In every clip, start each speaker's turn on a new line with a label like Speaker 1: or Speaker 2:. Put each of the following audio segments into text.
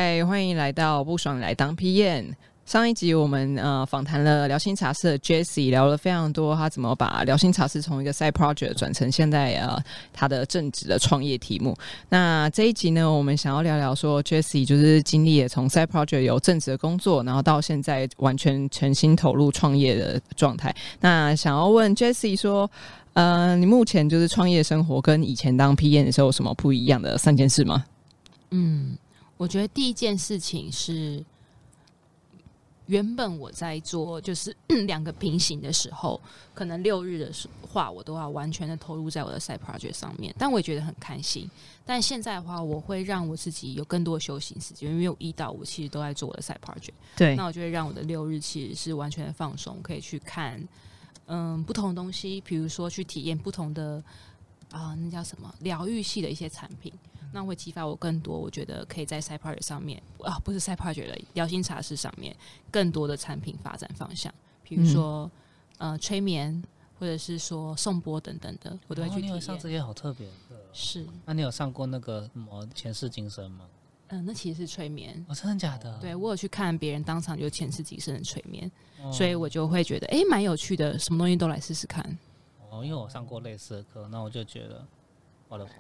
Speaker 1: 嗨，欢迎来到不爽来当 PM。上一集我们访谈了聊心茶室的 Jessie， 聊了非常多他怎么把聊心茶室从一个 side project 转成现在他的正职的创业题目。那这一集呢，我们想要聊聊说 Jessie 就是经历了从 side project 有正职的工作，然后到现在完全全心投入创业的状态。那想要问 Jessie 说，你目前就是创业生活跟以前当 PM 的时候有什么不一样的3件事吗？
Speaker 2: 我觉得第一件事情是，原本我在做就是2个平行的时候，可能6日的话，我都要完全的投入在我的 side project 上面，但我也觉得很开心。但现在的话，我会让我自己有更多的休息时间，因为我1到5其实都在做我的 side project。
Speaker 1: 对，
Speaker 2: 那我就会让我的6日其实是完全的放松，可以去看不同的东西，比如说去体验不同的那叫什么疗愈系的一些产品。那会激发我更多，我觉得可以在 side project 上面不是 side project 的聊心茶室上面更多的产品发展方向，比如说催眠，或者是说颂钵等等的，我都会去体验。
Speaker 3: 你有上这些好特别的？
Speaker 2: 是。
Speaker 3: 那你有上过那个什么前世今生吗？
Speaker 2: 那其实是催眠。
Speaker 3: 真的假的？
Speaker 2: 对，我有去看别人当场就前世今生的催眠，所以我就会觉得蛮有趣的，什么东西都来试试看。
Speaker 3: 因为我上过类似的课，那我就觉得我的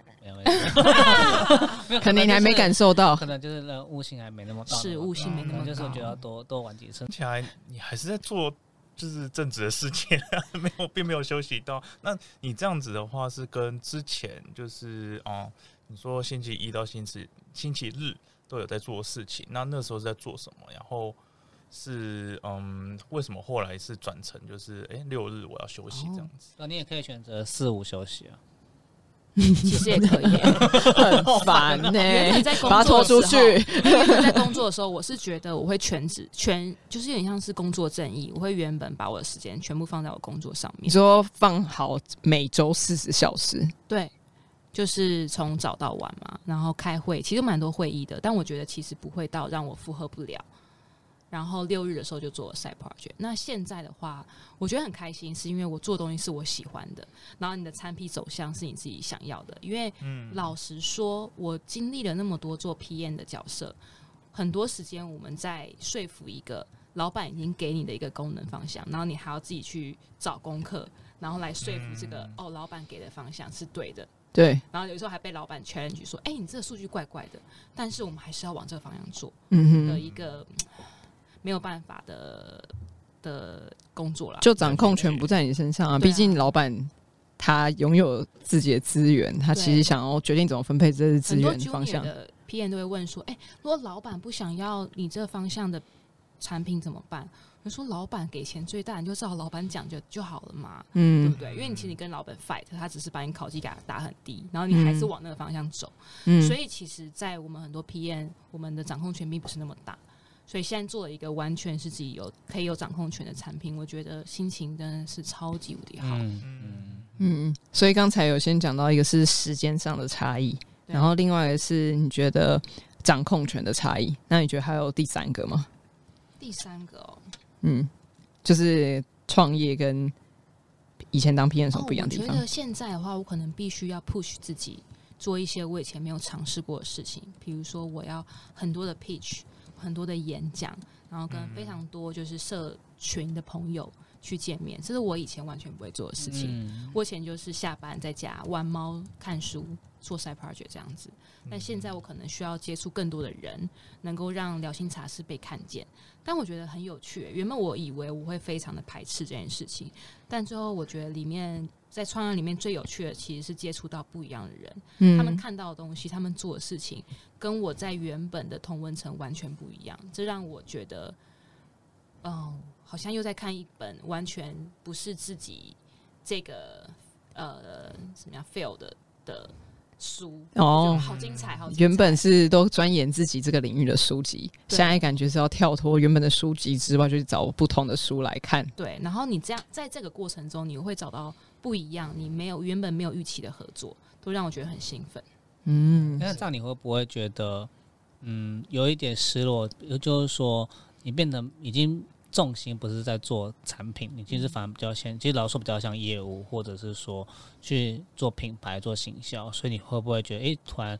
Speaker 1: 可能你还没感受到，
Speaker 3: 可能就是悟性还没那么到，
Speaker 2: 是悟性没那么高，
Speaker 3: 就是觉得要多玩几次。
Speaker 4: 听起来你还是在做就是正职的事情，并没有休息到。那你这样子的话，是跟之前就是你说星期一到星期日都有在做事情，那时候是在做什么？然后是为什么后来是转成就是6日我要休息这样子？
Speaker 3: 你也可以选择4、5休息啊。
Speaker 2: 其实也可以，
Speaker 1: 很烦呢。把它拖出去。
Speaker 2: 原本在工作的时候，我是觉得我会就是有点像是工作正义，我会原本把我的时间全部放在我工作上面。
Speaker 1: 你说放好每周40小时？
Speaker 2: 对，就是从早到晚嘛，然后开会，其实蛮多会议的，但我觉得其实不会到让我负荷不了。然后6日的时候就做了 side project。那现在的话，我觉得很开心，是因为我做的东西是我喜欢的，然后你的产品走向是你自己想要的。因为老实说，我经历了那么多做 PM 的角色，很多时间我们在说服一个老板已经给你的一个功能方向，然后你还要自己去找功课，然后来说服这个老板给的方向是对的。
Speaker 1: 对，
Speaker 2: 然后有时候还被老板 challenge 说，你这个数据怪怪的，但是我们还是要往这个方向做的一个没有办法的工作啦，
Speaker 1: 就掌控权不在你身上啊。毕竟老板他拥有自己的资源，他其实想要决定怎么分配这些资源方向。
Speaker 2: 很多 junior 的 PM 都会问说，如果老板不想要你这个方向的产品怎么办？我说老板给钱最大，你就照老板讲就好了嘛，对不对？因为你其实你跟老板 fight， 他只是把你考绩给他打很低，然后你还是往那个方向走。所以其实，在我们很多 PM， 我们的掌控权并不是那么大。所以现在做了一个完全是自己可以有掌控权的产品，我觉得心情真的是超级无敌好。
Speaker 1: 所以刚才有先讲到一个是时间上的差异，然后另外一个是你觉得掌控权的差异，那你觉得还有第3个吗？
Speaker 2: 第3个
Speaker 1: 就是创业跟以前当 PM 有什么不一样的地方？
Speaker 2: 我觉得现在的话，我可能必须要 push 自己做一些我以前没有尝试过的事情，比如说我要很多的 pitch， 很多的演讲，然后跟非常多就是社群的朋友去见面，这是我以前完全不会做的事情。我以前就是下班在家玩猫、看书、做 side project 这样子。但现在我可能需要接触更多的人，能够让聊心茶室被看见。但我觉得很有趣，原本我以为我会非常的排斥这件事情，但最后我觉得里面在创业里面最有趣的其实是接触到不一样的人，他们看到的东西，他们做的事情跟我在原本的同温层完全不一样，这让我觉得好像又在看一本完全不是自己这个怎么样 fail 的书好精彩，好精彩。
Speaker 1: 原本是都钻研自己这个领域的书籍，现在感觉是要跳脱原本的书籍之外，去找不同的书来看。
Speaker 2: 对，然后你这样在这个过程中，你会找到不一样，你原本没有预期的合作，都让我觉得很兴奋。
Speaker 3: 那这样你会不会觉得有一点失落？就是说你变得已经重心不是在做产品，你其实反而比较其实老实说比较像业务，或者是说去做品牌、做行销，所以你会不会觉得突然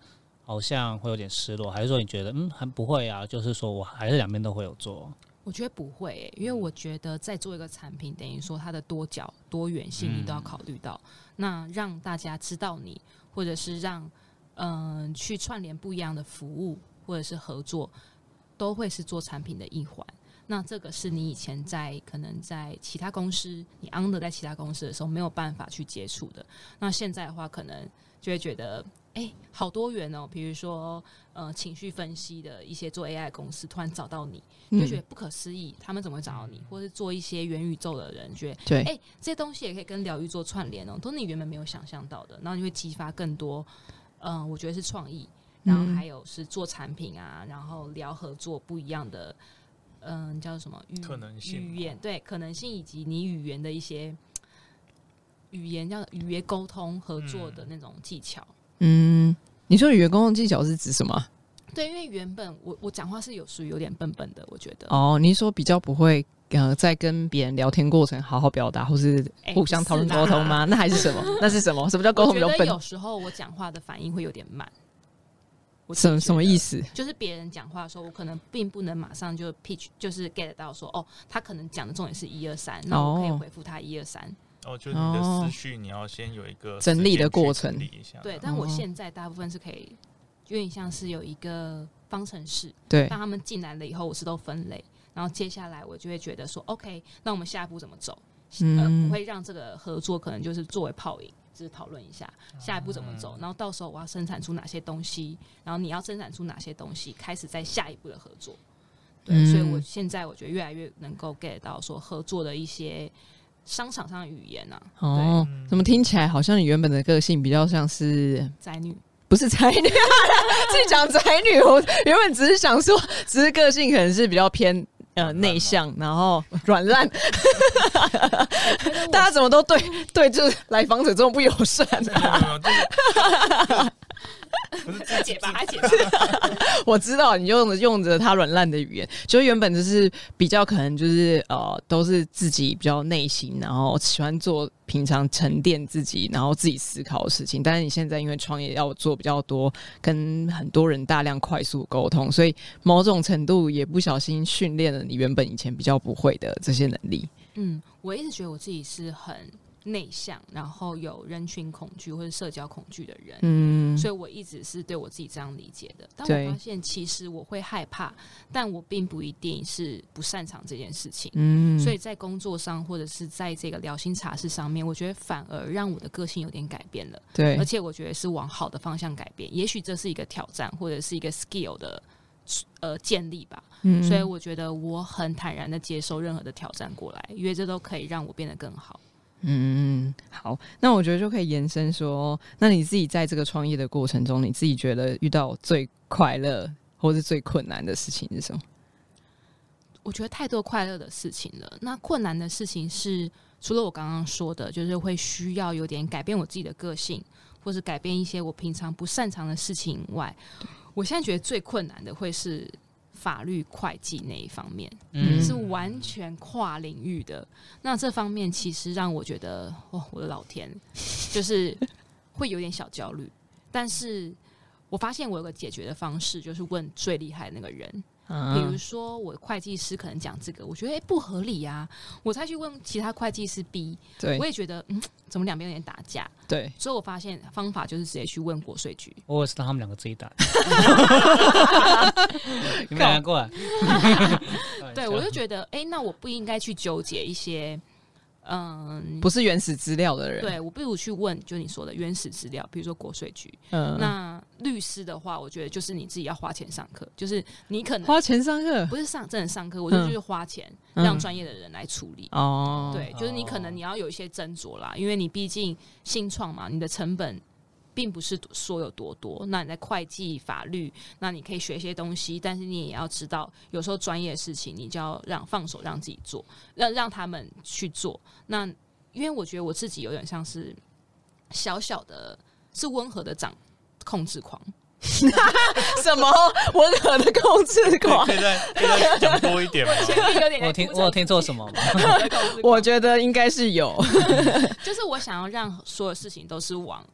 Speaker 3: 好像会有点失落，还是说你觉得还不会啊？就是说我还是两边都会有做。
Speaker 2: 我觉得不会欸，因为我觉得在做一个产品，等于说它的多角多元性你都要考虑到。那让大家知道你，或者是让去串联不一样的服务或者是合作，都会是做产品的一环。那这个是你以前可能在其他公司，你 under 在其他公司的时候没有办法去接触的。那现在的话，可能就会觉得好多元哦。比如说情绪分析的一些做 AI 公司突然找到你，就觉得不可思议，他们怎么会找到你？或是做一些元宇宙的人觉得对，这些东西也可以跟疗愈做串联哦，都是你原本没有想象到的。然后你会激发更多我觉得是创意，然后还有是做产品啊，然后聊合作不一样的叫什么
Speaker 4: 可能性
Speaker 2: 语言，对，可能性以及你语言的一些语言沟通合作的那种技巧。
Speaker 1: 你说语言沟通技巧是指什么？
Speaker 2: 对，因为原本我讲话是属于有点笨笨的，我觉得。
Speaker 1: 你说比较不会在跟别人聊天过程好好表达，或是互相讨论沟通吗？那还是什么？那是什么？什么叫沟通比较笨？
Speaker 2: 我觉得有时候我讲话的反应会有点慢。
Speaker 1: 什么意思？
Speaker 2: 就是别人讲话的时候，我可能并不能马上就 pitch， 就是 get 到说他可能讲的重点是1、2、3，那我可以回复他1、2、3。
Speaker 4: 就是你的思绪你要先有一个
Speaker 1: 整理的过程，
Speaker 2: 对。但我现在大部分是可以，有点像是有一个方程式，
Speaker 1: 对，
Speaker 2: 当他们进来了以后，我是都分类，然后接下来我就会觉得说 ，OK， 那我们下一步怎么走？不会让这个合作可能就是作为泡影，只是讨论一下下一步怎么走，然后到时候我要生产出哪些东西，然后你要生产出哪些东西，开始在下一步的合作。对，所以我现在我觉得越来越能够 get 到说合作的一些商场上的语言啊。
Speaker 1: 怎么听起来好像你原本的个性比较像是
Speaker 2: 宅女？
Speaker 1: 不是宅女，自己讲宅女，我原本只是想说，只是个性可能是比较偏内向，然后软烂。大家怎么都对，就是来访者这么不友善
Speaker 2: 不是还解吧？
Speaker 1: 我知道你用着他软烂的语言，就原本就是比较可能就是都是自己比较内心，然后喜欢做平常沉淀自己，然后自己思考的事情。但是你现在因为创业要做比较多，跟很多人大量快速沟通，所以某种程度也不小心训练了你原本以前比较不会的这些能力。
Speaker 2: 我一直觉得我自己是很内向，然后有人群恐惧或者社交恐惧的人，所以我一直是对我自己这样理解的。但我发现其实我会害怕，但我并不一定是不擅长这件事情。所以在工作上或者是在这个聊心茶室上面，我觉得反而让我的个性有点改变了。
Speaker 1: 对，
Speaker 2: 而且我觉得是往好的方向改变。也许这是一个挑战，或者是一个 skill 的建立吧。所以我觉得我很坦然的接受任何的挑战过来，因为这都可以让我变得更好。
Speaker 1: 好，那我觉得就可以延伸说，那你自己在这个创业的过程中，你自己觉得遇到最快乐或是最困难的事情是什么？
Speaker 2: 我觉得太多快乐的事情了。那困难的事情是，除了我刚刚说的，就是会需要有点改变我自己的个性，或是改变一些我平常不擅长的事情以外，我现在觉得最困难的会是法律会计那一方面，是完全跨领域的。那这方面其实让我觉得，我的老天，就是会有点小焦虑。但是我发现我有个解决的方式，就是问最厉害的那个人。比如说我会计师可能讲这个，我觉得不合理啊，我才去问其他会计师 B， 我也觉得怎么两边有点打架。
Speaker 1: 对，
Speaker 2: 所以我发现方法就是直接去问国税局。
Speaker 3: 我也是让他们两个自己打。你们两个过来。
Speaker 2: 对，我就觉得那我不应该去纠结一些
Speaker 1: 不是原始资料的人。
Speaker 2: 对，我不如去问就你说的原始资料，比如说国税局。那律师的话，我觉得就是你自己要花钱上课，就是你可能
Speaker 1: 花钱上课，
Speaker 2: 不是真的上课，我就是花钱让专业的人来处理。对，就是你可能你要有一些斟酌啦，因为你毕竟新创嘛，你的成本并不是说有多多。那你在会计法律，那你可以学一些东西，但是你也要知道，有时候专业的事情你就要放手让自己做，让他们去做。那因为我觉得我自己有点像是小小的，是温和的控制狂。
Speaker 1: 什么温和的控制狂？
Speaker 4: 可以再讲多一点吗？
Speaker 3: 我有听错什么吗？
Speaker 1: 我觉得应该是有。
Speaker 2: 就是我想要让所有事情都是往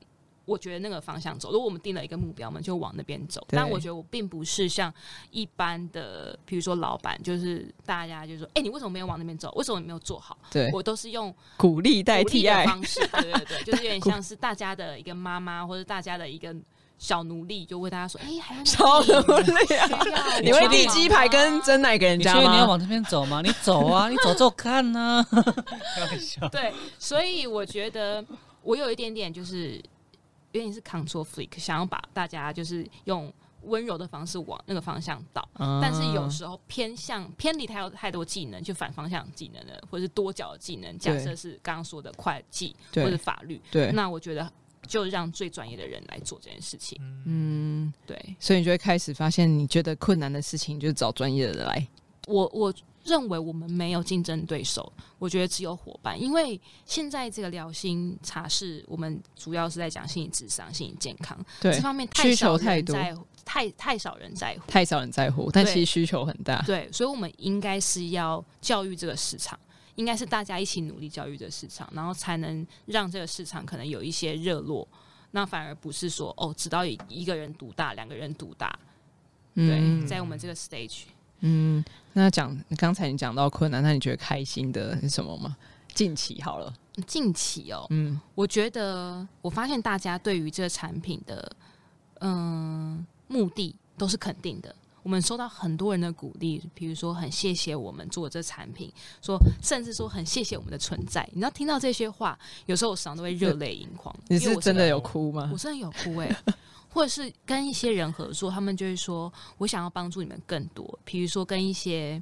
Speaker 2: 我觉得那个方向走。如果我们定了一个目标，我们就往那边走。
Speaker 1: 对
Speaker 2: 但我觉得我并不是像一般的，比如说老板，就是大家就说，你为什么没有往那边走？为什么你没有做好？
Speaker 1: 对，
Speaker 2: 我都是用
Speaker 1: 鼓励代替爱
Speaker 2: 的方式，对对对，就是有点像是大家的一个妈妈，或者大家的一个小奴隶，就为大家说，还有
Speaker 1: 小奴隶啊，你会递鸡排跟蒸奶给人家吗？
Speaker 3: 你确定你要往这边走吗？你走啊，你走走看啊。开玩笑。
Speaker 2: 对，所以我觉得我有一点点就是有点是 control freak， 想要把大家就是用温柔的方式往那个方向导，但是有时候偏离太多技能，就反方向技能了，或者是多角的技能。假设是刚刚说的会计或者法律，
Speaker 1: 对，
Speaker 2: 那我觉得就让最专业的人来做这件事情。对，
Speaker 1: 所以你就会开始发现，你觉得困难的事情，就找专业的人来。
Speaker 2: 我认为我们没有竞争对手，我觉得只有伙伴。因为现在这个聊心茶室，我们主要是在讲心理智商、心理健康，
Speaker 1: 对，
Speaker 2: 这方面
Speaker 1: 需求太多，
Speaker 2: 太少人在乎，
Speaker 1: 太少人在乎，但其实需求很大。
Speaker 2: 对，所以我们应该是要教育这个市场，应该是大家一起努力教育这个市场，然后才能让这个市场可能有一些热络。那反而不是说直到一个人独大，两个人独大。对，在我们这个 stage。
Speaker 1: 那刚才你讲到困难，那你觉得开心的是什么吗？近期好了，
Speaker 2: 近期我觉得我发现大家对于这个产品的目的都是肯定的。我们收到很多人的鼓励，比如说很谢谢我们做这产品，甚至说很谢谢我们的存在。你知道听到这些话，有时候我时常都会热泪盈眶。
Speaker 1: 你是真的有哭吗？
Speaker 2: 我真的有哭或者是跟一些人合作，他们就会说我想要帮助你们更多，比如说跟一些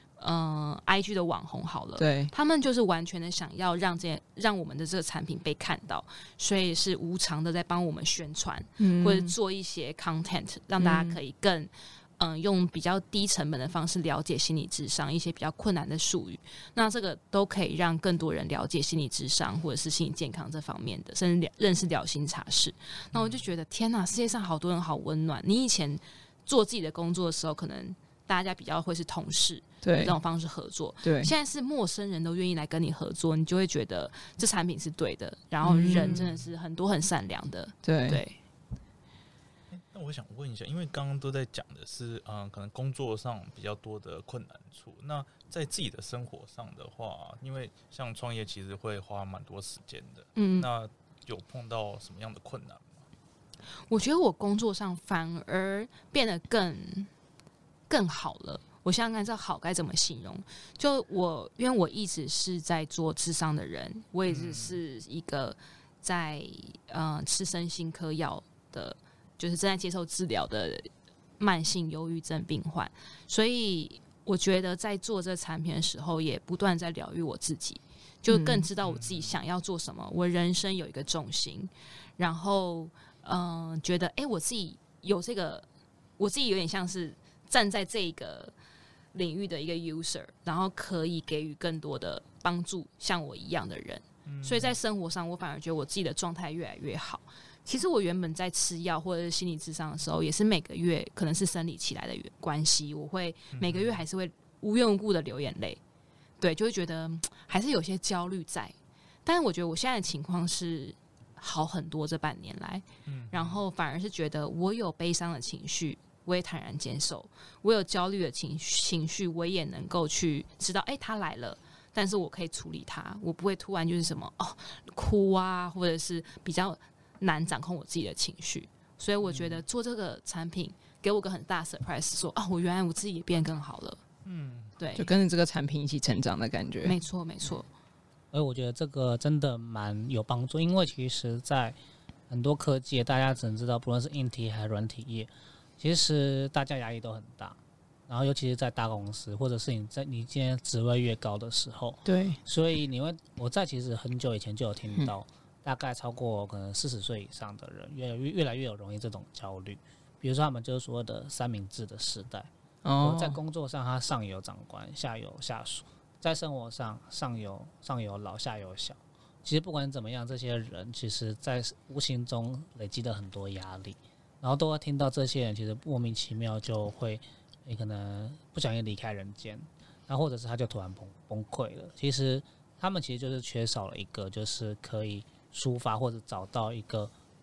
Speaker 2: IG 的网红好了，
Speaker 1: 对，
Speaker 2: 他们就是完全的想要让我们的这个产品被看到，所以是无偿的在帮我们宣传，或者做一些 content， 让大家可以更用比较低成本的方式了解心理智商一些比较困难的术语，那这个都可以让更多人了解心理智商或者是心理健康这方面的，甚至认识聊心茶室。那我就觉得天哪，世界上好多人好温暖。你以前做自己的工作的时候，可能大家比较会是同事，
Speaker 1: 对
Speaker 2: 这种方式合作，
Speaker 1: 对，
Speaker 2: 现在是陌生人都愿意来跟你合作，你就会觉得这产品是对的，然后人真的是很多很善良的，对。
Speaker 4: 那我想问一下，因为刚刚都在讲的是可能工作上比较多的困难处，那在自己的生活上的话，因为像创业其实会花蛮多时间的，那有碰到什么样的困难吗？
Speaker 2: 我觉得我工作上反而变得更好了。我想想看这好该怎么形容，就因为我一直是在做諮商的人，我也是一个在吃身心科药的，就是正在接受治疗的慢性忧郁症病患，所以我觉得在做这个产品的时候，也不断在疗愈我自己，就更知道我自己想要做什么，我人生有一个重心，然后觉得我自己有这个，我自己有点像是站在这个领域的一个 user， 然后可以给予更多的帮助像我一样的人，所以在生活上我反而觉得我自己的状态越来越好。其实我原本在吃药或者是心理咨商的时候，也是每个月可能是生理期来的关系，我会每个月还是会无缘无故的流眼泪，对，就会觉得还是有些焦虑在。但是我觉得我现在的情况是好很多，这半年来，然后反而是觉得我有悲伤的情绪，我也坦然接受；我有焦虑的情绪，我也能够去知道，他来了，但是我可以处理它，我不会突然就是什么哭啊，或者是比较难掌控我自己的情绪。所以我觉得做这个产品给我个很大 surprise， 说我原来我自己也变更好了。对，
Speaker 1: 就跟着这个产品一起成长的感觉。
Speaker 2: 没错，没错。
Speaker 3: 而我觉得这个真的蛮有帮助，因为其实在很多科技，大家只能知道，不论是硬体还是软体业，其实大家压力都很大。然后尤其是在大公司，或者是你今天职位越高的时候，
Speaker 1: 对，
Speaker 3: 所以我在其实很久以前就有听到，大概超过可能40岁以上的人，越来越有容易这种焦虑。比如说他们就是所谓的三明治的时代，在工作上他上有长官，下有下属。在生活上，上有老，下有小。其实不管怎么样，这些人其实在无形中累积了很多压力，然后都会听到这些人其实莫名其妙就会可能不小心离开人间，然后或者是他就突然崩溃了。其实他们其实就是缺少了一个就是可以抒发或者找到一个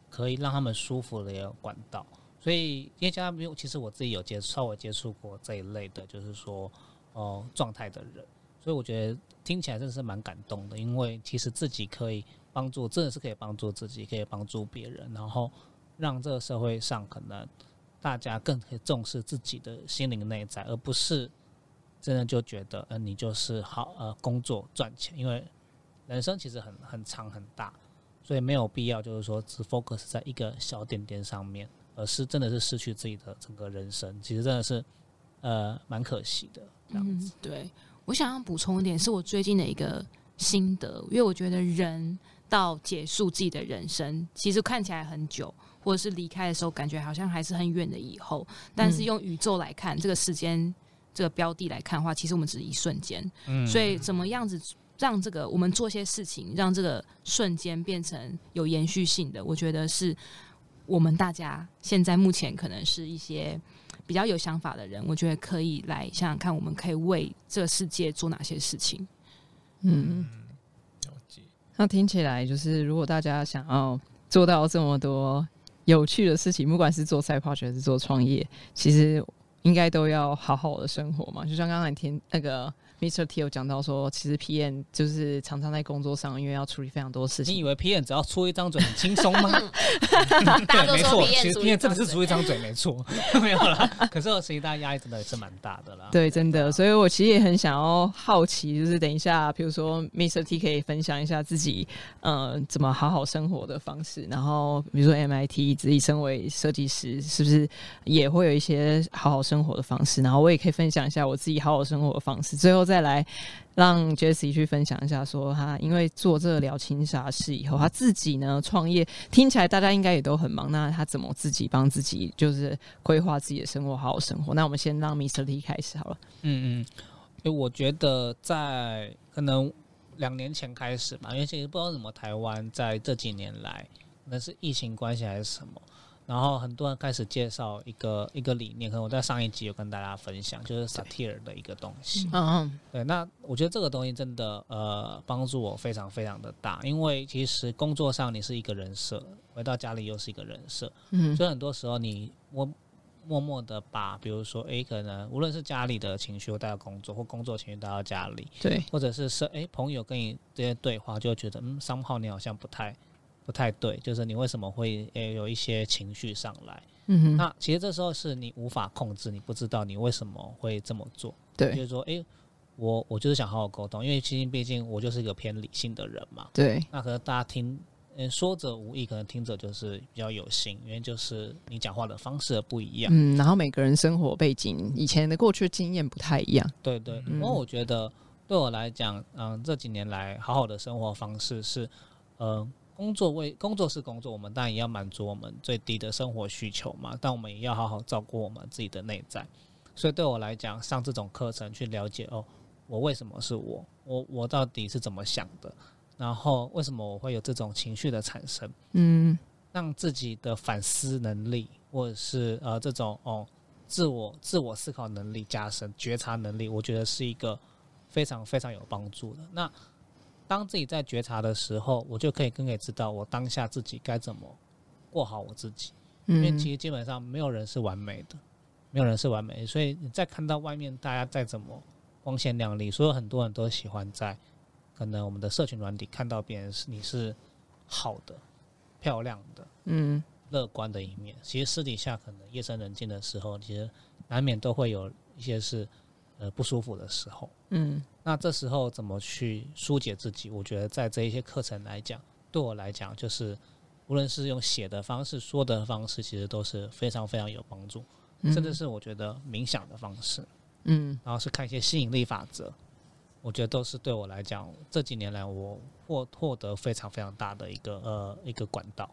Speaker 3: 可以让他们舒服的一个管道。所以因为加上其实我自己有稍微接触过这一类的，就是说状态的人，所以我觉得听起来真的是蛮感动的，因为其实自己可以帮助，真的是可以帮助自己，可以帮助别人，然后让这个社会上可能大家更可以重视自己的心灵内在，而不是真的就觉得你就是工作赚钱，因为人生其实很长很大，所以没有必要就是说只 focus 在一个小点点上面，而是真的是失去自己的整个人生，其实真的是蛮可惜的这样子。
Speaker 2: 对，我想要补充一点，是我最近的一个心得，因为我觉得人到结束自己的人生，其实看起来很久，或者是离开的时候，感觉好像还是很远的以后。但是用宇宙来看，这个时间这个标的来看的话，其实我们只是一瞬间。所以怎么样子让这个我们做些事情，让这个瞬间变成有延续性的，我觉得是我们大家现在目前可能是一些比较有想法的人，我觉得可以来想想看，我们可以为这个世界做哪些事情。
Speaker 4: 了解。
Speaker 1: 那听起来就是，如果大家想要做到这么多有趣的事情，不管是做side project还是做创业，其实应该都要好好的生活嘛。就像刚才听那个 Mr. T 有讲到说，其实 PM 就是常常在工作上，因为要处理非常多事情。
Speaker 3: 你以为 PM 只要出一张嘴很轻松吗？
Speaker 2: 大家都说
Speaker 3: 对，没错，
Speaker 2: PM
Speaker 3: 其实 PM 真的是出一张嘴，没错，没有啦。可是其实大家压力真的是蛮大的啦。
Speaker 1: 对，真的，所以我其实也很想要好奇，就是等一下，比如说 Mr. T 可以分享一下自己怎么好好生活的方式，然后比如说 MIT 自己身为设计师，是不是也会有一些好好生活的方式？然后我也可以分享一下我自己好好生活的方式，最后再来让 Jessie 去分享一下，说他因为做这个疗情傻事以后，他自己呢创业，听起来大家应该也都很忙，那他怎么自己帮自己就是规划自己的生活，好好生活？那我们先让 Mr. T 开始好了。
Speaker 3: 因为我觉得在可能2年前开始吧，因为其实不知道怎么台湾在这几年来，可能是疫情关系还是什么，然后很多人开始介绍一个理念，可能我在上一集有跟大家分享，就是 satire 的一个东西。对，那我觉得这个东西真的帮助我非常非常的大，因为其实工作上你是一个人设，回到家里又是一个人设，所以很多时候你默默的把，比如说可能无论是家里的情绪带到工作，或工作情绪带到家里，
Speaker 1: 对，
Speaker 3: 或者是朋友跟你这些对话，就会觉得somehow你好像不太对，就是你为什么会有一些情绪上来？那其实这时候是你无法控制，你不知道你为什么会这么做。
Speaker 1: 对，
Speaker 3: 就是说，我就是想好好沟通，因为毕竟我就是一个偏理性的人嘛。
Speaker 1: 对，
Speaker 3: 那可能大家听，说者无意，可能听者就是比较有心，因为就是你讲话的方式不一样。
Speaker 1: 然后每个人生活背景、以前的过去经验不太一样。
Speaker 3: 对，因为我觉得对我来讲，这几年来好好的生活方式是，工作是工作，我们当然也要满足我们最低的生活需求嘛，但我们也要好好照顾我们自己的内在。所以对我来讲，上这种课程去了解我为什么是我到底是怎么想的，然后为什么我会有这种情绪的产生，让自己的反思能力或者是这种自我思考能力加深，觉察能力，我觉得是一个非常非常有帮助的。那当自己在觉察的时候，我就可以更可以知道我当下自己该怎么过好我自己。因为其实基本上没有人是完美的，没有人是完美的，所以你再看到外面大家再怎么光鲜亮丽，所以很多人都喜欢在可能我们的社群软体看到别人你是好的、漂亮的、乐观的一面。其实私底下可能夜深人静的时候，其实难免都会有一些是不舒服的时候。那这时候怎么去疏解自己？我觉得在这一些课程来讲，对我来讲，就是无论是用写的方式、说的方式，其实都是非常非常有帮助。甚至是我觉得冥想的方式，然后是看一些吸引力法则，我觉得都是对我来讲这几年来我获得非常非常大的一个管道。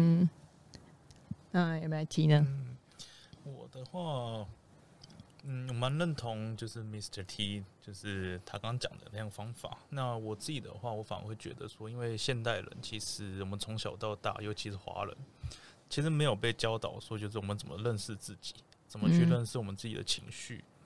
Speaker 1: 那 MIT 呢？
Speaker 4: 我的话，我蛮认同就是 Mr. T 就是他刚刚讲的那样方法。那我自己的话，我反而会觉得说，因为现代人其实我们从小到大，尤其是华人，其实没有被教导说就是我们怎么认识自己，怎么去认识我们自己的情绪。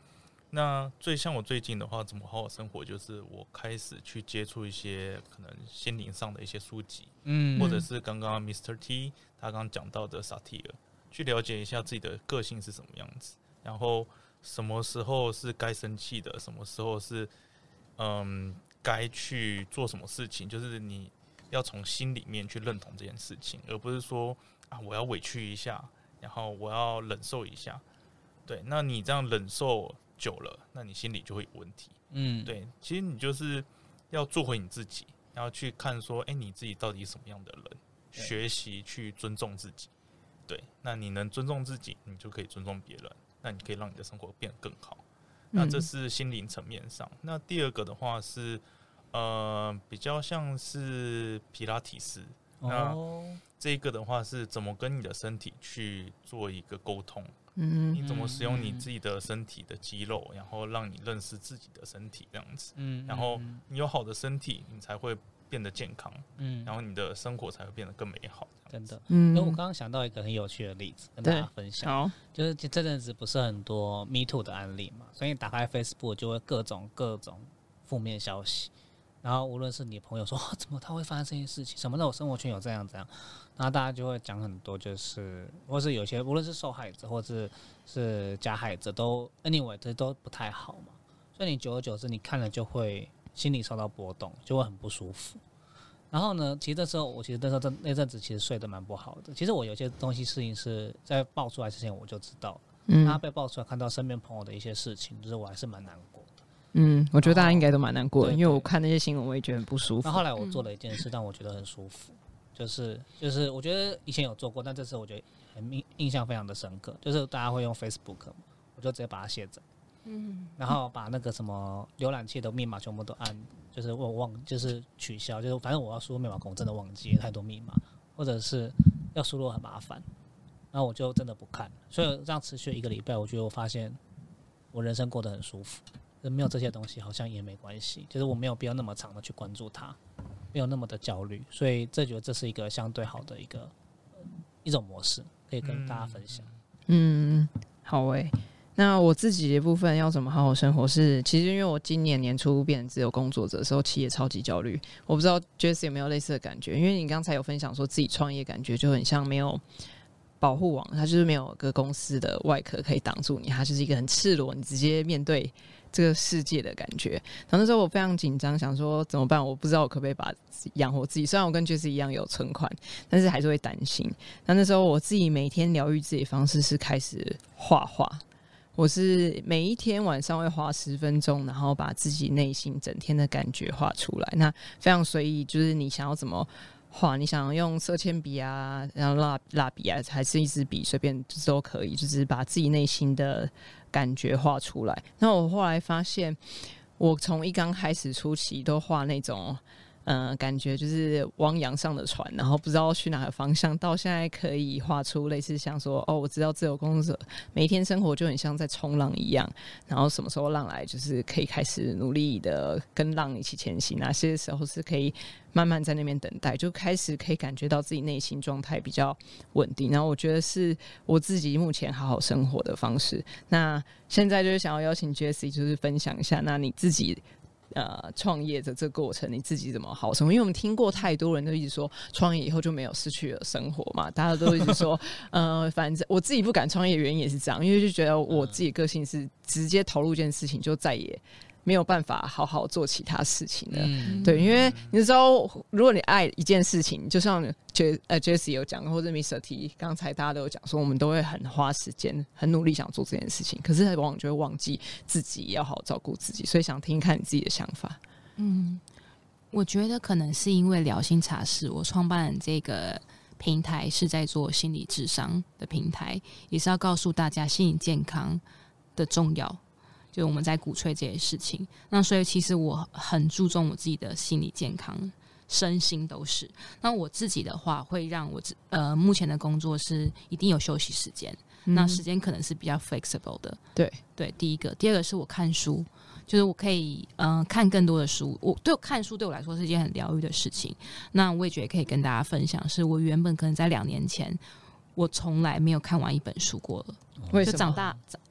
Speaker 4: 那像我最近的话，怎么好好生活，就是我开始去接触一些可能心灵上的一些书籍，或者是刚刚 Mr. T 他刚刚讲到的萨提尔，去了解一下自己的个性是什么样子，然后什么时候是该生气的，什么时候是该去做什么事情，就是你要从心里面去认同这件事情，而不是说啊我要委屈一下，然后我要忍受一下。对，那你这样忍受久了，那你心里就会有问题。对，其实你就是要做回你自己，然后去看说，你自己到底是什么样的人，学习去尊重自己。对，那你能尊重自己，你就可以尊重别人，那你可以让你的生活变得更好。那这是心灵层面上。那第二个的话是，比较像是皮拉提斯。那这个的话是怎么跟你的身体去做一个沟通？你怎么使用你自己的身体的肌肉，然后让你认识自己的身体这样子。然后你有好的身体，你才会变得健康。然后你的生活才会变得更美好。
Speaker 3: 真的。因为我刚刚想到一个很有趣的例子跟大家分享，就是这阵子不是很多 Me Too 的案例嘛，所以你打开 Facebook 就会各种负面消息。然后无论是你朋友说怎么他会发生这件事情，什么在我生活圈有这样，然后大家就会讲很多，就是或是有些无论是受害者或是加害者都 anyway 这都不太好嘛，所以你久而久之你看了就会心里受到波动，就会很不舒服。然后呢，其实那阵子其实睡得蛮不好的。其实我有些东西事情是在爆出来之前我就知道了，他被爆出来看到身边朋友的一些事情，就是我还是蛮难过的。
Speaker 1: 我觉得大家应该都蛮难过的，因为我看那些新闻我也觉得很不舒服。
Speaker 3: 那后来我做了一件事让我觉得很舒服，就是我觉得以前有做过，但这次我觉得很印象非常的深刻，就是大家会用 Facebook 嘛，我就直接把它卸载，然后把那个什么浏览器的密码全部都按，就是我就是取消，就是反正我要输入密码我真的忘记太多密码，或者是要输入很麻烦，然后我就真的不看，所以这样持续1个礼拜，我觉得我发现我人生过得很舒服。没有这些东西好像也没关系，就是我没有必要那么长的去关注它，没有那么的焦虑，所以觉得这是一个相对好的一种模式，可以跟大家分享。
Speaker 1: 好欸。那我自己的部分要怎么好好生活是，其实因为我今年年初变成自由工作者的时候，其实也超级焦虑。我不知道 Jessie 有没有类似的感觉，因为你刚才有分享说自己创业，感觉就很像没有保护网，它就是没有个公司的外壳可以挡住你，它就是一个很赤裸，你直接面对这个世界的感觉。然后那时候我非常紧张，想说怎么办？我不知道我可不可以把养活自己。虽然我跟 Jessie 一样有存款，但是还是会担心。那时候我自己每天疗愈自己的方式是开始画画。我是每一天晚上会花10分钟，然后把自己内心整天的感觉画出来。那非常随意，就是你想要怎么画，你想用色铅笔啊，然后蜡笔啊，还是一支笔，随便都可以，就是把自己内心的感觉画出来。那我后来发现，我从一刚开始初期都画那种感觉就是汪洋上的船，然后不知道去哪个方向，到现在可以画出类似像说我知道自由工作者每一天生活就很像在冲浪一样，然后什么时候浪来就是可以开始努力的跟浪一起前行，哪些时候是可以慢慢在那边等待，就开始可以感觉到自己内心状态比较稳定，然后我觉得是我自己目前好好生活的方式。那现在就是想要邀请 Jessie 就是分享一下，那你自己创业的这个过程你自己怎么好生活？因为我们听过太多人都一直说创业以后就没有失去了生活嘛，大家都一直说反正我自己不敢创业原因也是这样，因为就觉得我自己的个性是直接投入一件事情就再也没有办法好好做其他事情的。对，因为你知道如果你爱一件事情，就像Jessie 有讲或者 Mr. T 刚才大家都有讲说，我们都会很花时间很努力想做这件事情，可是往往就会忘记自己要好好照顾自己，所以想听看你自己的想法。
Speaker 2: 我觉得可能是因为疗心茶室我创办这个平台是在做心理智商的平台，也是要告诉大家心理健康的重要，就我们在鼓吹这些事情。那所以其实我很注重我自己的心理健康，身心都是。那我自己的话会让我目前的工作是一定有休息时间，那时间可能是比较 flexible 的。对，第一个。第二个是我看书，就是我可以看更多的书。看书对我来说是一件很疗愈的事情。那我也觉得可以跟大家分享，是我原本可能在2年前我从来没有看完一本书过了。
Speaker 1: 为什么？
Speaker 2: 就长大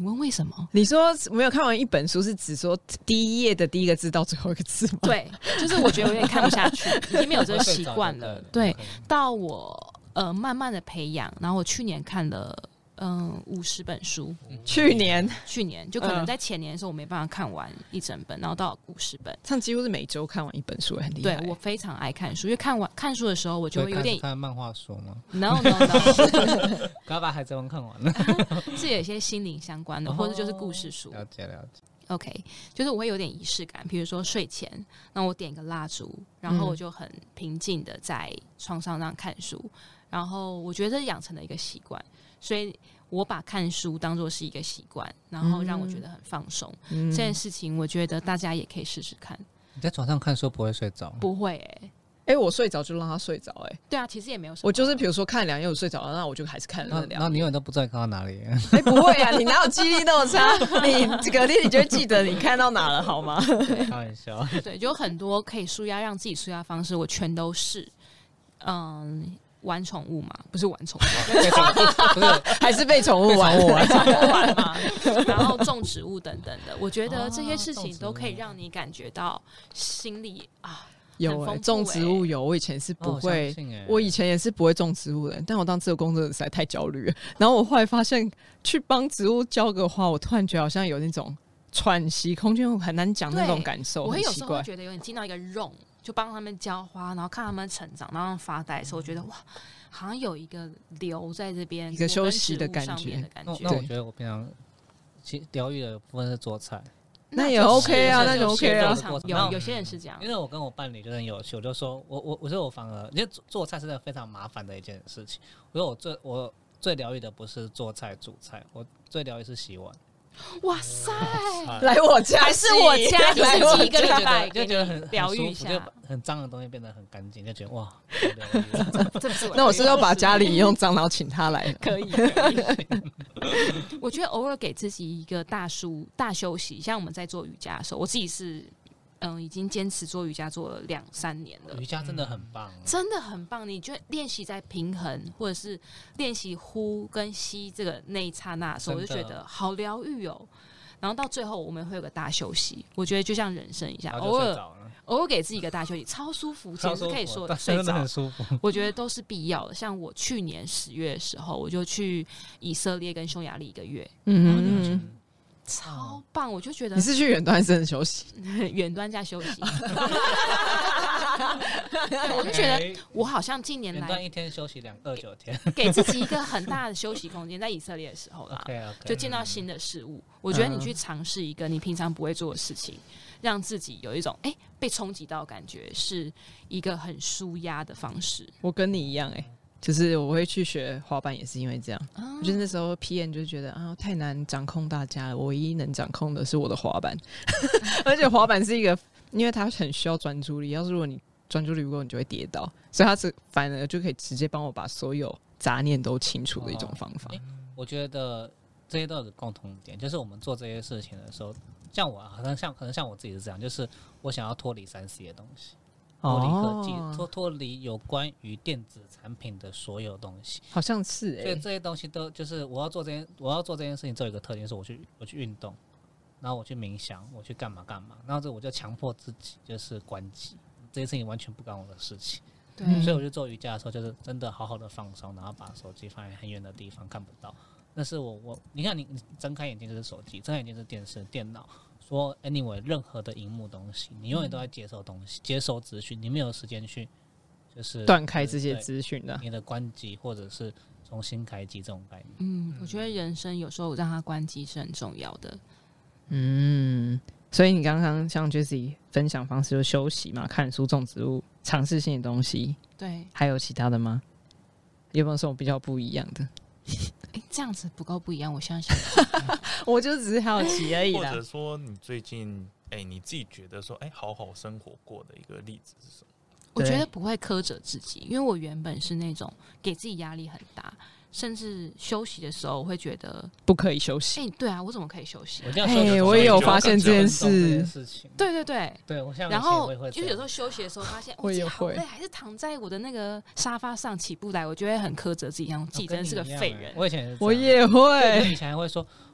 Speaker 2: 你问为什么？
Speaker 1: 你说没有看完一本书，是指说第一页的第一个字到最后一个字吗？
Speaker 2: 对，就是我觉得我有点看不下去，已经没有这个习惯了。对，到我慢慢的培养，然后我去年看了50本书。
Speaker 1: 去年
Speaker 2: 就可能在前年的时候我没办法看完一整本，然后到50本，
Speaker 1: 这样几乎是每周看完一本书，很厉害。
Speaker 2: 对，我非常爱看书，因为看书的时候我就会有点
Speaker 3: 看漫画书吗
Speaker 2: ？No，
Speaker 3: 刚把海贼王看完了，
Speaker 2: 是有一些心灵相关的，或者就是故事书。
Speaker 3: 了解。
Speaker 2: OK， 就是我会有点仪式感，比如说睡前，那我点一个蜡烛，然后我就很平静的在床上那样看书，然后我觉得这养成了一个习惯，所以我把看书当作是一个习惯，然后让我觉得很放松。这件事情我觉得大家也可以试试看。
Speaker 3: 你在床上看书不会睡着？
Speaker 2: 不会
Speaker 1: 我睡着就让他睡着
Speaker 2: 对啊，其实也没有什么。
Speaker 1: 我就是比如说看2页我睡着了，那我就还是看了2页。
Speaker 3: 然后你永远都不知道你看到哪里。
Speaker 1: 不会啊，你哪有记忆力那么差？你隔天你就会记得你看到哪了，好吗？
Speaker 3: 开玩笑。
Speaker 2: 对，就很多可以舒压让自己舒压方式，我全都是。玩宠物嘛，不是玩宠物，
Speaker 1: 不是还是被宠物玩
Speaker 2: 嘛。然后种植物等等的，我觉得这些事情都可以让你感觉到心里
Speaker 1: 有种植物有，我以前是不会，我以前也是不会种植物的，但我当自由工作者实在太焦虑了。然后我后来发现，去帮植物浇个花，我突然觉得好像有那种喘息空间，很难讲那种感受。
Speaker 2: 我会有时候会觉得有点进到一个 room， 就帮他们浇花，然后看他们成长，然后发呆的时候，我觉得哇，好像有一个流在这边，
Speaker 1: 一个休息的感觉。
Speaker 3: 那我觉得我平常疗愈的部分是做菜。
Speaker 1: 那也 OK 啊，那就 OK 啊。
Speaker 2: 有些人是这样，
Speaker 3: 因为我跟我伴侣就很有趣，我就说我觉得我反而因为做菜是个非常麻烦的一件事情。我说我最疗愈的不是做菜煮菜，我最疗愈是洗碗。
Speaker 2: 哇塞！
Speaker 1: 来我家
Speaker 2: 还是我家，就是挤一个礼拜，
Speaker 3: 就觉得很
Speaker 2: 疗愈一下，
Speaker 3: 就很脏的东西变得很干净，就觉得哇，
Speaker 1: 那我是要把家里用脏，然后请他来，
Speaker 2: 可以。我觉得偶尔给自己一个大休息，像我们在做瑜伽的时候，我自己是已经坚持做瑜伽做了2-3年了。
Speaker 3: 瑜伽真的很棒，
Speaker 2: 真的很棒。你就练习在平衡，或者是练习呼跟吸这个那一刹那的时候，我就觉得好疗愈哦。然后到最后我们会有个大休息，我觉得就像人生一下，偶尔给自己一个大休息，超舒服，其实可以说睡着，
Speaker 3: 真的很舒服。
Speaker 2: 我觉得都是必要的。像我去年10月的时候，我就去以色列跟匈牙利1个月，超棒！我就觉得
Speaker 1: 你是去远端还是真的休息？
Speaker 2: 远端加休息。我就觉得我好像近年来
Speaker 3: 远端1天休息29天，
Speaker 2: 给自己一个很大的休息空间。在以色列的时候啦，就见到新的事物。我觉得你去尝试一个你平常不会做的事情，让自己有一种被冲击到的感觉，是一个很舒压的方式。
Speaker 1: 我跟你一样就是我会去学滑板，也是因为这样。我觉得那时候 PM 就觉得太难掌控大家了，我唯一能掌控的是我的滑板。而且滑板是一个，因为它很需要专注力，要是如果你专注力不够，你就会跌倒，所以它是反而就可以直接帮我把所有杂念都清除的一种方法。
Speaker 3: 我觉得这些都有个共同点，就是我们做这些事情的时候，像我可能像我自己是这样，就是我想要脱离3C 的东西。脱离科技，脱离有关于电子产品的所有东西，
Speaker 1: 好像是
Speaker 3: 所以这些东西都就是我要做这件事情，只有一个特点，是我去运动，然后我去冥想，我去干嘛，然后这我就强迫自己就是关机，这些事情完全不干我的事情。
Speaker 2: 对，
Speaker 3: 所以我就做瑜伽的时候，就是真的好好的放松，然后把手机放在很远的地方看不到。那是你看你睁开眼睛就是手机，睁开眼睛是电视、电脑。说 anyway 任何的荧幕东西，你永远都在接受东西，接收资讯，你没有时间去就是
Speaker 1: 断开这些资讯的，
Speaker 3: 你的关机或者是重新开机这种概念。
Speaker 2: 我觉得人生有时候让它关机是很重要的。
Speaker 1: 所以你刚刚像 Jessie 分享方式就休息嘛，看书、种植物、尝试性的东西，
Speaker 2: 对，
Speaker 1: 还有其他的吗？有没有什么比较不一样的？
Speaker 2: 这样子不够不一样，我相信。
Speaker 1: 我就只是好奇而已啦。
Speaker 4: 或者说你最近你自己觉得说好好生活过的一个例子是什么？
Speaker 2: 我觉得不会苛责自己，因为我原本是那种给自己压力很大，甚至休息的时候我会觉得
Speaker 1: 不可以休息。
Speaker 2: 对啊，我怎么可以休息？
Speaker 1: 我也有发现这件事。
Speaker 2: 对，
Speaker 3: 我
Speaker 2: 然后就是有时候休息的时候发现我自己好累，还是躺在我的那个沙发上起不来，我就会很苛责自己，像自己真的是个废人。
Speaker 3: 我以前
Speaker 1: 我也会，
Speaker 3: 以前还会说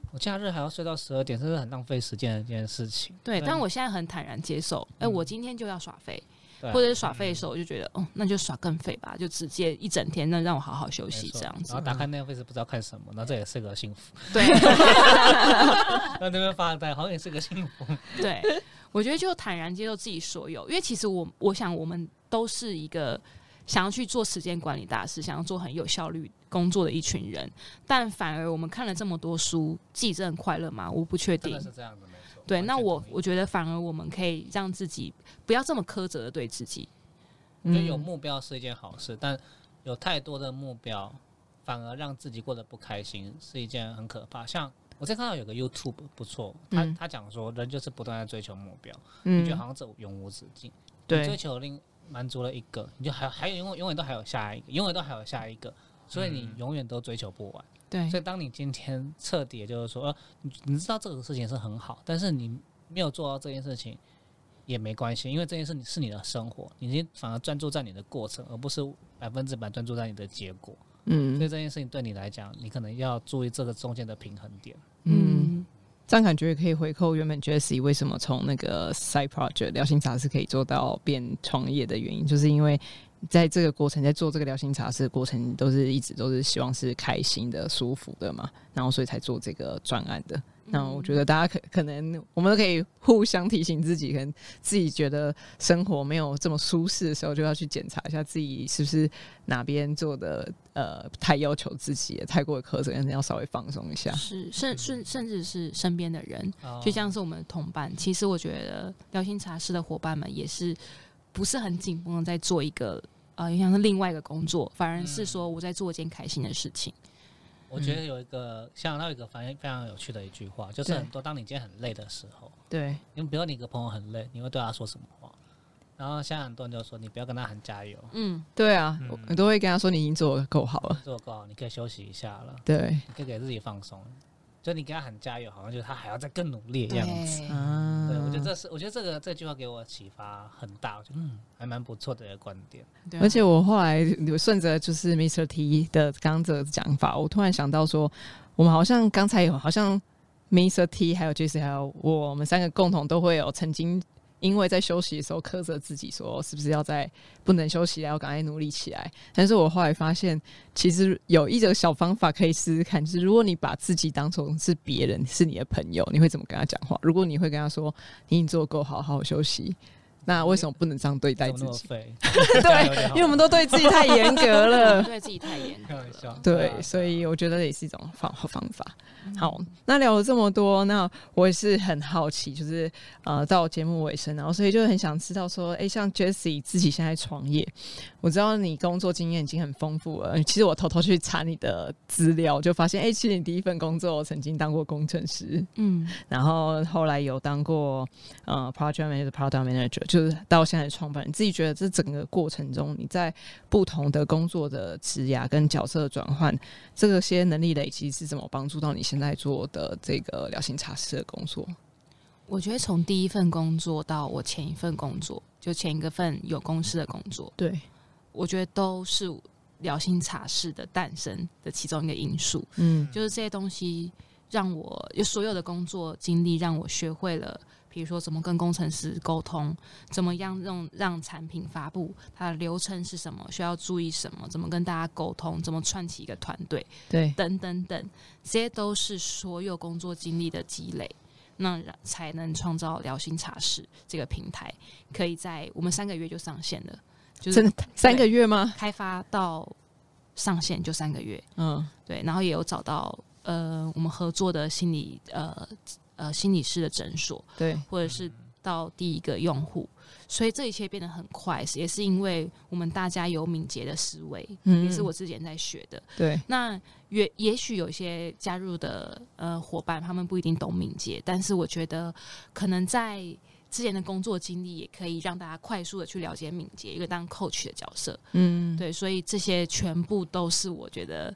Speaker 3: 我假日还要睡到12点，这是很浪费时间的一件事情。
Speaker 2: 对，但我现在很坦然接受，我今天就要耍废。
Speaker 3: 对啊，
Speaker 2: 或者是耍废的时候，我就觉得，那就耍更废吧，就直接一整天，那让我好好休息这样子。
Speaker 3: 然后打开 Netflix 不知道看什么，那这也是个幸福。
Speaker 2: 对，
Speaker 3: 在那边发呆，好像也是个幸福。
Speaker 2: 对，我觉得就坦然接受自己所有，因为其实我想我们都是一个想要去做时间管理大师，想要做很有效率工作的一群人，但反而我们看了这么多书，自己真的快乐吗？我不确定。
Speaker 3: 真的是这样的，没错。
Speaker 2: 对，那我觉得反而我们可以让自己不要这么苛责的对自己。
Speaker 3: 我觉得有目标是一件好事，但有太多的目标反而让自己过得不开心，是一件很可怕。像我在看到有个 YouTube 不错，他讲说人就是不断在追求目标，你觉得好像这永无止境。
Speaker 1: 对，
Speaker 3: 你追求满足了一个，你就还有永远都还有下一个，永远都还有下一个，所以你永远都追求不完。
Speaker 2: 对，
Speaker 3: 所以当你今天彻底就是说，你知道这个事情是很好，但是你没有做到这件事情也没关系，因为这件事是你的生活，你反而专注在你的过程，而不是100%专注在你的结果。所以这件事情对你来讲，你可能要注意这个中间的平衡点。
Speaker 1: 这样感觉可以回扣原本 Jessie 为什么从那个 side project 疗心茶室可以做到变创业的原因，就是因为在这个过程，在做这个疗心茶室的过程，一直都是希望是开心的、舒服的嘛，然后所以才做这个专案的。那我觉得大家可能我们都可以互相提醒自己，可能自己觉得生活没有这么舒适的时候，就要去检查一下自己是不是哪边做的太要求自己，太过的苛责，要稍微放松一下。是，
Speaker 2: 甚至是身边的人，就像是我们的同伴。其实我觉得疗心茶室的伙伴们也是不是很紧绷的在做一个也像是另外一个工作，反而是说我在做一件开心的事情。
Speaker 3: 我觉得想到一个非常有趣的一句话，就是很多当你今天很累的时候，
Speaker 1: 对，
Speaker 3: 因为比如你一个朋友很累，你会对他说什么话？然后现在很多人就说你不要跟他喊加油。
Speaker 1: 对啊，我都会跟他说你已经做得够好了，
Speaker 3: 做得够好，你可以休息一下了。
Speaker 1: 对，
Speaker 3: 你可以给自己放松。就你给他喊加油，好像就是他还要再更努力的样子。对，我觉得这句话给我启发很大，我觉得还蛮不错的一个观点。
Speaker 1: 而且我后来顺着就是 Mr. T 的刚这个讲法，我突然想到说，我们好像刚才好像 Mr. T 还有 Jessie 还有我们3个共同都会有曾经因为在休息的时候苛责自己说是不是要不能休息，要赶快努力起来。但是我后来发现其实有一个小方法可以试试看，就是如果你把自己当成是别人，是你的朋友，你会怎么跟他讲话？如果你会跟他说你已经做得够好，好好休息，那为什么不能这样对待自己？对，因为我们都对自己太严格了，
Speaker 2: 对自己太严格了。
Speaker 1: 对，所以我觉得也是一种方法。好，那聊了这么多，那我也是很好奇，就是到节目尾声，然后所以就很想知道说，像 Jessie 自己现在创业，我知道你工作经验已经很丰富了。其实我偷偷去查你的资料，就发现，其实你第一份工作曾经当过工程师，然后后来有当过project manager、product manager，就是到现在创办人。你自己觉得这整个过程中，你在不同的工作的职涯跟角色的转换，这些能力累积是怎么帮助到你现在做的这个疗心茶室的工作？
Speaker 2: 我觉得从第一份工作到我前一份工作，就前一个份有公司的工作，
Speaker 1: 对，
Speaker 2: 我觉得都是疗心茶室的诞生的其中一个因素。就是这些东西让我所有的工作经历让我学会了，比如说怎么跟工程师沟通，怎么样让产品发布，它的流程是什么，需要注意什么，怎么跟大家沟通，怎么串起一个团队，
Speaker 1: 对，
Speaker 2: 等等等，这些都是所有工作经历的积累，那才能创造疗心茶室这个平台，可以在我们3个月就上线了。就是、
Speaker 1: 真的3个月吗？
Speaker 2: 开发到上线就3个月。对，然后也有找到我们合作的心理师的诊所，对，或者是到第一个用户，所以这一切变得很快，也是因为我们大家有敏捷的思维，也是我之前在学的。对，那也许有些加入的伙伴，他们不一定懂敏捷，但是我觉得可能在之前的工作经历也可以让大家快速的去了解敏捷，一个当 coach 的角色。对，所以这些全部都是我觉得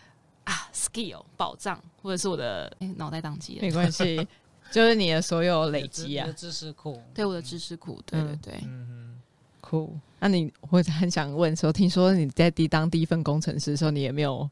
Speaker 2: skill 宝藏，或者是我的脑袋宕机了，
Speaker 1: 没关系，就是你的所有累积啊，
Speaker 3: 你的知识库，
Speaker 2: 对，我的知识库，对对对，
Speaker 1: 酷。那你会很想问说，听说你在当第一份工程师的时候，你也没有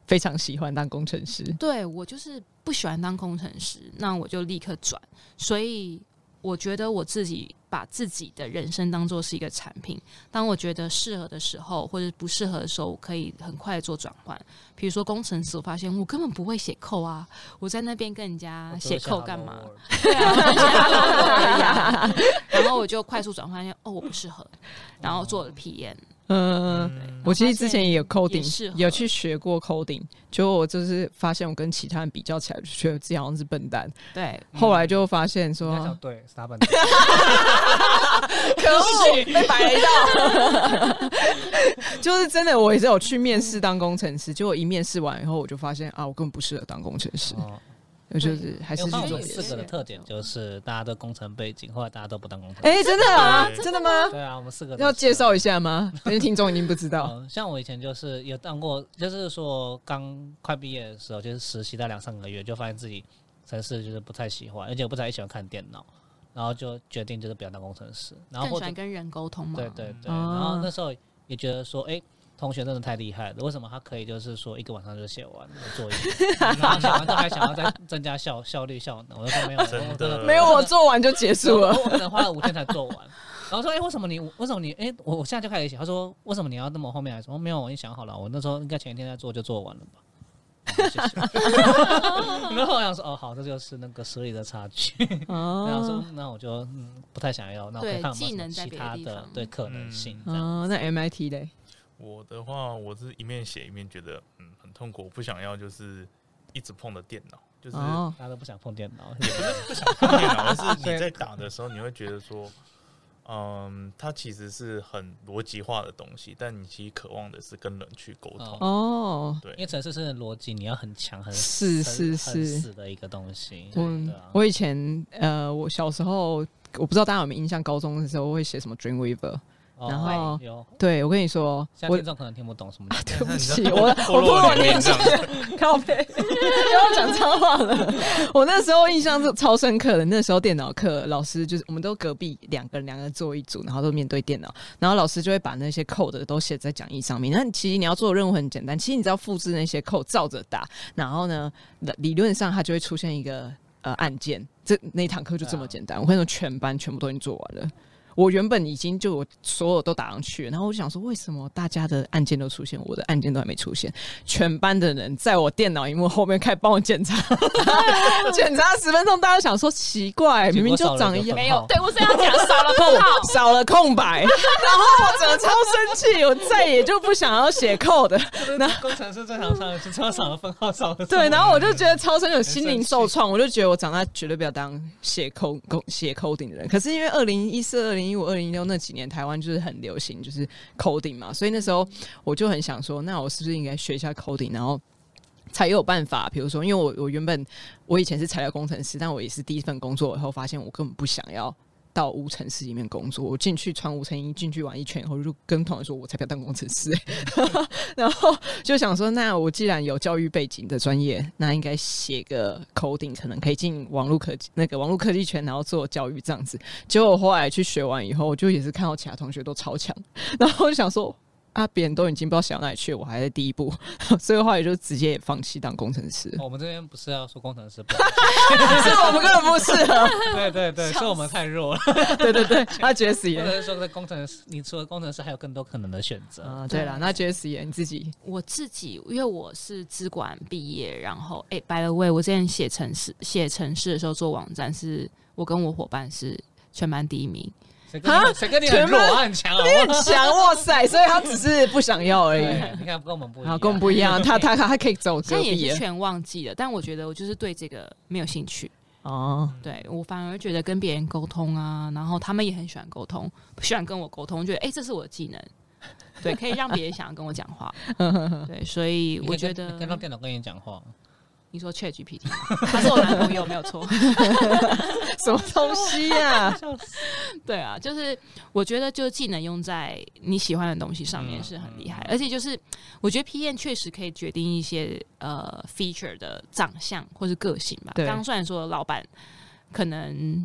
Speaker 1: 非常喜欢当工程师。
Speaker 2: 对，我就是不喜欢当工程师，那我就立刻转。所以我觉得我自己把自己的人生当作是一个产品，当我觉得适合的时候或者不适合的时候，我可以很快的做转换。比如说工程师，我发现我根本不会写code啊，我在那边跟人家写code干嘛？对啊，然后我就快速转换，我不适合，然后做了 PM。
Speaker 1: 我其实之前也有 coding， 有去学过 coding， 结果我就是发现我跟其他人比较起来，就觉得自己好像是笨蛋。
Speaker 2: 对，
Speaker 1: 后来就发现说，
Speaker 3: 对，是他笨蛋。
Speaker 1: 可恶，被摆了一道。就是真的，我也是有去面试当工程师，结果一面试完以后，我就发现我根本不适合当工程师。就是还是去做
Speaker 3: 4个的特点，就是大家都工程背景，后来大家都不当工程
Speaker 1: 师。真的啊？真的吗？
Speaker 3: 对啊，我们4个
Speaker 1: 要介绍一下吗？因为听众一定不知道。
Speaker 3: 像我以前就是有当过，就是说刚快毕业的时候，就是实习到2-3个月，就发现自己程式就是不太喜欢，而且我不太喜欢看电脑，然后就决定就是不要当工程师，然后
Speaker 2: 更喜欢跟人沟通嘛。
Speaker 3: 对，然后那时候也觉得说，同学真的太厉害了，为什么他可以就是说一个晚上就写完作业，然后写完之后还想要再增加效率效能，我就说没有，
Speaker 4: 真的
Speaker 1: 没有，我做完就结束了，
Speaker 3: 我可能花了5天才做完。然后说，为什么你我现在就开始写。他说，为什么你要那么后面来说？没有，我已经想好了，我那时候应该前一天在做就做完了吧。谢谢。然后我想说，好，这就是那个实力的差距。然后说，那我就不太想要，那我可以看有没有其他的对可能性。
Speaker 1: 那 MIT 嘞？
Speaker 4: 我的话，我是一面写一面觉得很痛苦，我不想要就是一直碰的电脑，就是
Speaker 3: 大家都不想碰电脑，
Speaker 4: 也不是不想碰电脑，而是你在打的时候，你会觉得说，它其实是很逻辑化的东西，但你其实渴望的是跟人去沟通。对，
Speaker 3: 因为程式是逻辑，你要很强、很
Speaker 1: 是
Speaker 3: 很死的一个东西。
Speaker 1: 我以前我小时候，我不知道大家有没有印象，高中的时候会写什么 Dreamweaver。然后，对我跟你说，
Speaker 3: 我听众可能听不懂什么。
Speaker 1: 对不起，我破我年纪，靠背，要讲脏话了。我那时候印象是超深刻的。那时候电脑课老师就是我们都隔壁两个人坐一组，然后都面对电脑，然后老师就会把那些 code 都写在讲义上面。那其实你要做的任务很简单，其实你只要复制那些 code 照着打，然后呢，理论上它就会出现一个按键。那一堂课就这么简单。我跟你说，全班全部都已经做完了。我原本已经就我所有都打上去了，然后我就想说，为什么大家的按键都出现，我的按键都还没出现？全班的人在我电脑萤幕后面开始帮我检查，检查10分钟，大家想说奇怪，明明就长一样，
Speaker 2: 没有，对我是要讲
Speaker 1: 少了空白，然后我整个超生气，我再也就不想要写 code。
Speaker 3: 那工程师正常上是超少的分号少的，
Speaker 1: 对，然后我就觉得超生气，心灵受创，我就觉得我长大绝对不要当写 coding 的人。可是因为2014、2015、2016那几年，台湾就是很流行就是 coding 嘛，所以那时候我就很想说，那我是不是应该学一下 coding， 然后才有办法。比如说，因为我原本我以前是材料工程师，但我也是第一份工作以后发现我根本不想要到无尘室里面工作。我进去穿无尘衣进去玩一圈以后，就跟同学说我才不要当工程师然后就想说，那我既然有教育背景的专业，那应该写个 coding， 可能可以进网络科技圈，然后做教育这样子。结果我后来去学完以后，我就也是看到其他同学都超强，然后我就想说别人都已经不知道写到哪里去，我还在第一步，所以后来就直接也放弃当工程师。
Speaker 3: 我们这边不是要说工程师不
Speaker 1: 是我们根本不适合。
Speaker 3: 对，是我们太弱了。
Speaker 1: 对，那 Jessie
Speaker 3: 或者是说工程师，你除了工程师还有更多可能的选择。
Speaker 1: 对啦，那 Jessie 你自己？
Speaker 2: 我自己，因为我是资管毕业，然后by the way， 我之前写程式的时候做网站，是我跟我伙伴是全班第1名。
Speaker 3: 谁跟你很弱？他很强，
Speaker 1: 你很强，哇塞！所以他只是不想要而已。
Speaker 3: 你看，跟我们不一样，
Speaker 1: 跟我们不一样。他可以走隔壁，
Speaker 2: 现在也是全忘记了。但我觉得我就是对这个没有兴趣。对，我反而觉得跟别人沟通啊，然后他们也很喜欢沟通，不喜欢跟我沟通，觉得这是我的技能，对，可以让别人想要跟我讲话。对，所以我觉得
Speaker 3: 跟让电脑跟你讲话。
Speaker 2: 你说 ChatGPT， 他是我男朋友没有错。
Speaker 1: 什么东西啊？
Speaker 2: 对啊，就是我觉得就是技能用在你喜欢的东西上面是很厉害，而且就是我觉得 PM 确实可以决定一些feature 的长相或是个性吧。刚刚虽然说老板可能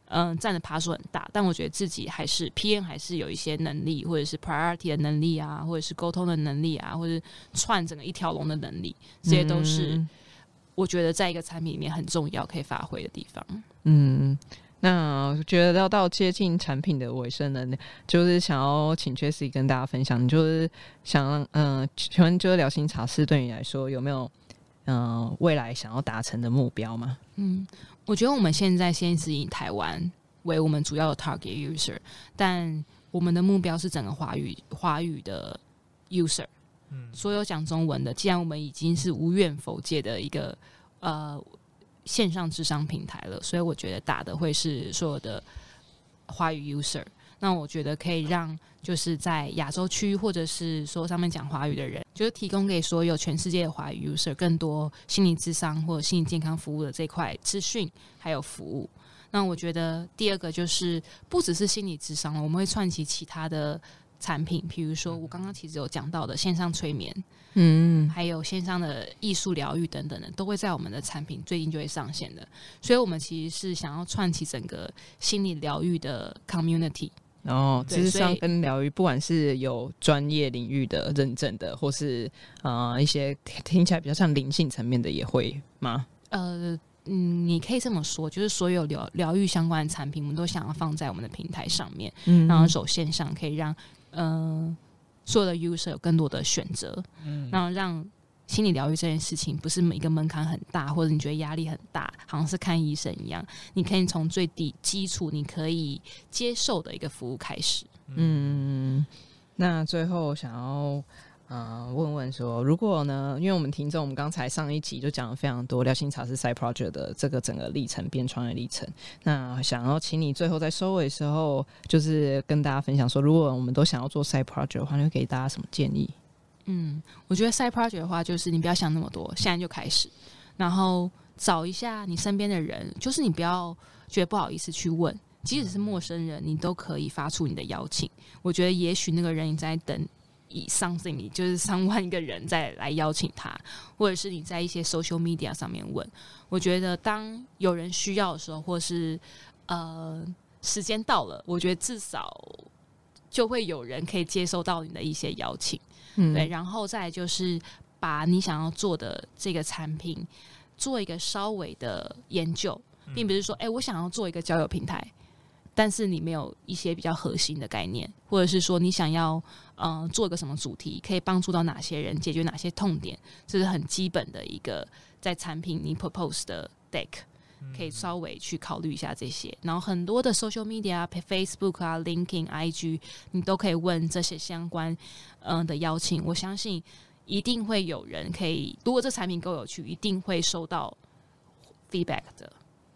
Speaker 2: 占的爬数很大，但我觉得自己还是 PM 还是有一些能力，或者是 priority 的能力啊，或者是沟通的能力啊，或者是串整个一条龙的能力，这些都是我觉得在一个产品里面很重要可以发挥的地方。
Speaker 1: 那我觉得要到接近产品的尾声了，就是想要请 Jessie 跟大家分享，你就是想请问就是聊心茶室对你来说有没有未来想要达成的目标吗？
Speaker 2: 我觉得我们现在先是以台湾为我们主要的 target user， 但我们的目标是整个华语的 user，所有讲中文的，既然我们已经是无远弗届的一个线上智商平台了，所以我觉得打的会是所有的华语 user。那我觉得可以让就是在亚洲区或者是说上面讲华语的人，就是提供给所有全世界的华语 user 更多心理咨商或者心理健康服务的这块资讯还有服务。那我觉得第二个就是不只是心理咨商，我们会串起其他的产品，比如说我刚刚其实有讲到的线上催眠，还有线上的艺术疗愈等等的，都会在我们的产品最近就会上线的。所以我们其实是想要串起整个心理疗愈的 community。
Speaker 1: 咨商跟疗愈，不管是有专业领域的认证的，或是一些听起来比较像灵性层面的，也会吗？
Speaker 2: 你可以这么说，就是所有疗愈相关的产品，我们都想要放在我们的平台上面，然后走线上，可以让所有的 user 有更多的选择，然后让心理疗愈这件事情不是每一个门槛很大，或者你觉得压力很大，好像是看医生一样，你可以从最低基础你可以接受的一个服务开始。
Speaker 1: 那最后想要问问说，如果呢，因为我们听众我们刚才上一集就讲了非常多聊心茶室 Side Project 的这个整个历程，变创业历程，那想要请你最后在收尾的时候，就是跟大家分享说，如果我们都想要做 Side Project 的话，你会给大家什么建议？
Speaker 2: 我觉得 Side Project 的话，就是你不要想那么多，现在就开始，然后找一下你身边的人，就是你不要觉得不好意思去问，即使是陌生人，你都可以发出你的邀请。我觉得也许那个人你在等以 something， 你就是上万个人再来邀请他，或者是你在一些 social media 上面问。我觉得当有人需要的时候，或是时间到了，我觉得至少就会有人可以接收到你的一些邀请。对，然后再来就是把你想要做的这个产品做一个稍微的研究，并不是说我想要做一个交友平台，但是你没有一些比较核心的概念，或者是说你想要做一个什么主题，可以帮助到哪些人，解决哪些痛点，这是很基本的一个在产品你 propose 的 deck， 可以稍微去考虑一下这些。然后很多的 social media Facebook 啊 LinkedIn IG 你都可以问这些相关的邀请，我相信一定会有人可以，如果这产品够有趣，一定会收到 feedback 的。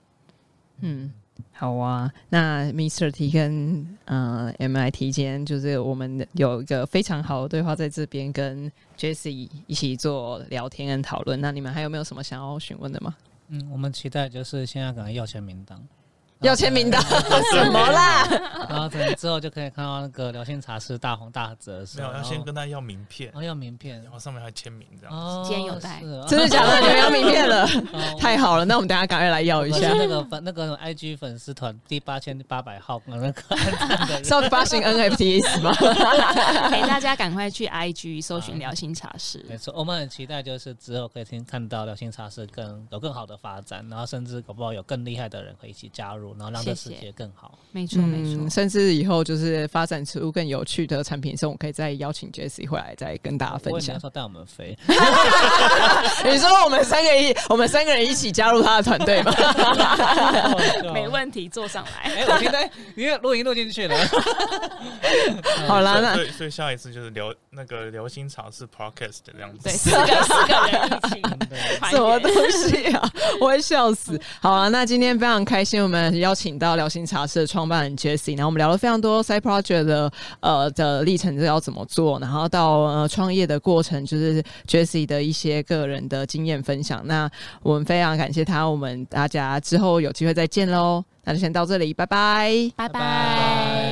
Speaker 1: 好啊，那 Mr. T 跟MIT 今天就是我们有一个非常好的对话，在这边跟 Jessie 一起做聊天跟讨论。那你们还有没有什么想要询问的吗？
Speaker 3: 我们期待就是现在可能要签名档，
Speaker 1: 要签名档什么啦？
Speaker 3: 然后可能之后就可以看到那个聊心茶室大红大紫的时候，
Speaker 4: 没有，要先跟他要名片，
Speaker 3: 要名片，
Speaker 4: 然后上面还签名这样子。
Speaker 2: 今天有带，
Speaker 1: 真的假的？你们要名片了？太好了，那我们等一下赶快来要一下。
Speaker 3: 那个 IG 粉丝团第8800号那个按赞的人，
Speaker 1: 是要发行 NFT 吗？
Speaker 2: 陪大家赶快去 IG 搜寻聊心茶室。
Speaker 3: 没错，我们很期待就是之后可以看到聊心茶室有更好的发展，然后甚至搞不好有更厉害的人可以一起加入，然后让这世界更好。
Speaker 2: 没错没错，
Speaker 1: 甚至以后就是发展出更有趣的产品的时候，我可以再邀请 Jessie 回来再跟大家分享。
Speaker 3: 我说带我们飞，
Speaker 1: 你说我们三个人一起加入他的团队吗？
Speaker 2: 没问题，坐上来。
Speaker 3: 我现在因为录音录进去了。
Speaker 1: 好啦，那
Speaker 4: 所以下一次就是聊心茶室 podcast 这样子。
Speaker 2: 对，四个人一起，
Speaker 1: 什么东西啊？我会笑死。好了，那今天非常开心，我们邀请到聊心茶室的创办人 Jessie， 然后我们聊了非常多 Side Project 的历程，要怎么做，然后到创业的过程，就是 Jessie 的一些个人的经验分享。那我们非常感谢他，我们大家之后有机会再见喽。那就先到这里，拜拜，
Speaker 2: 拜拜。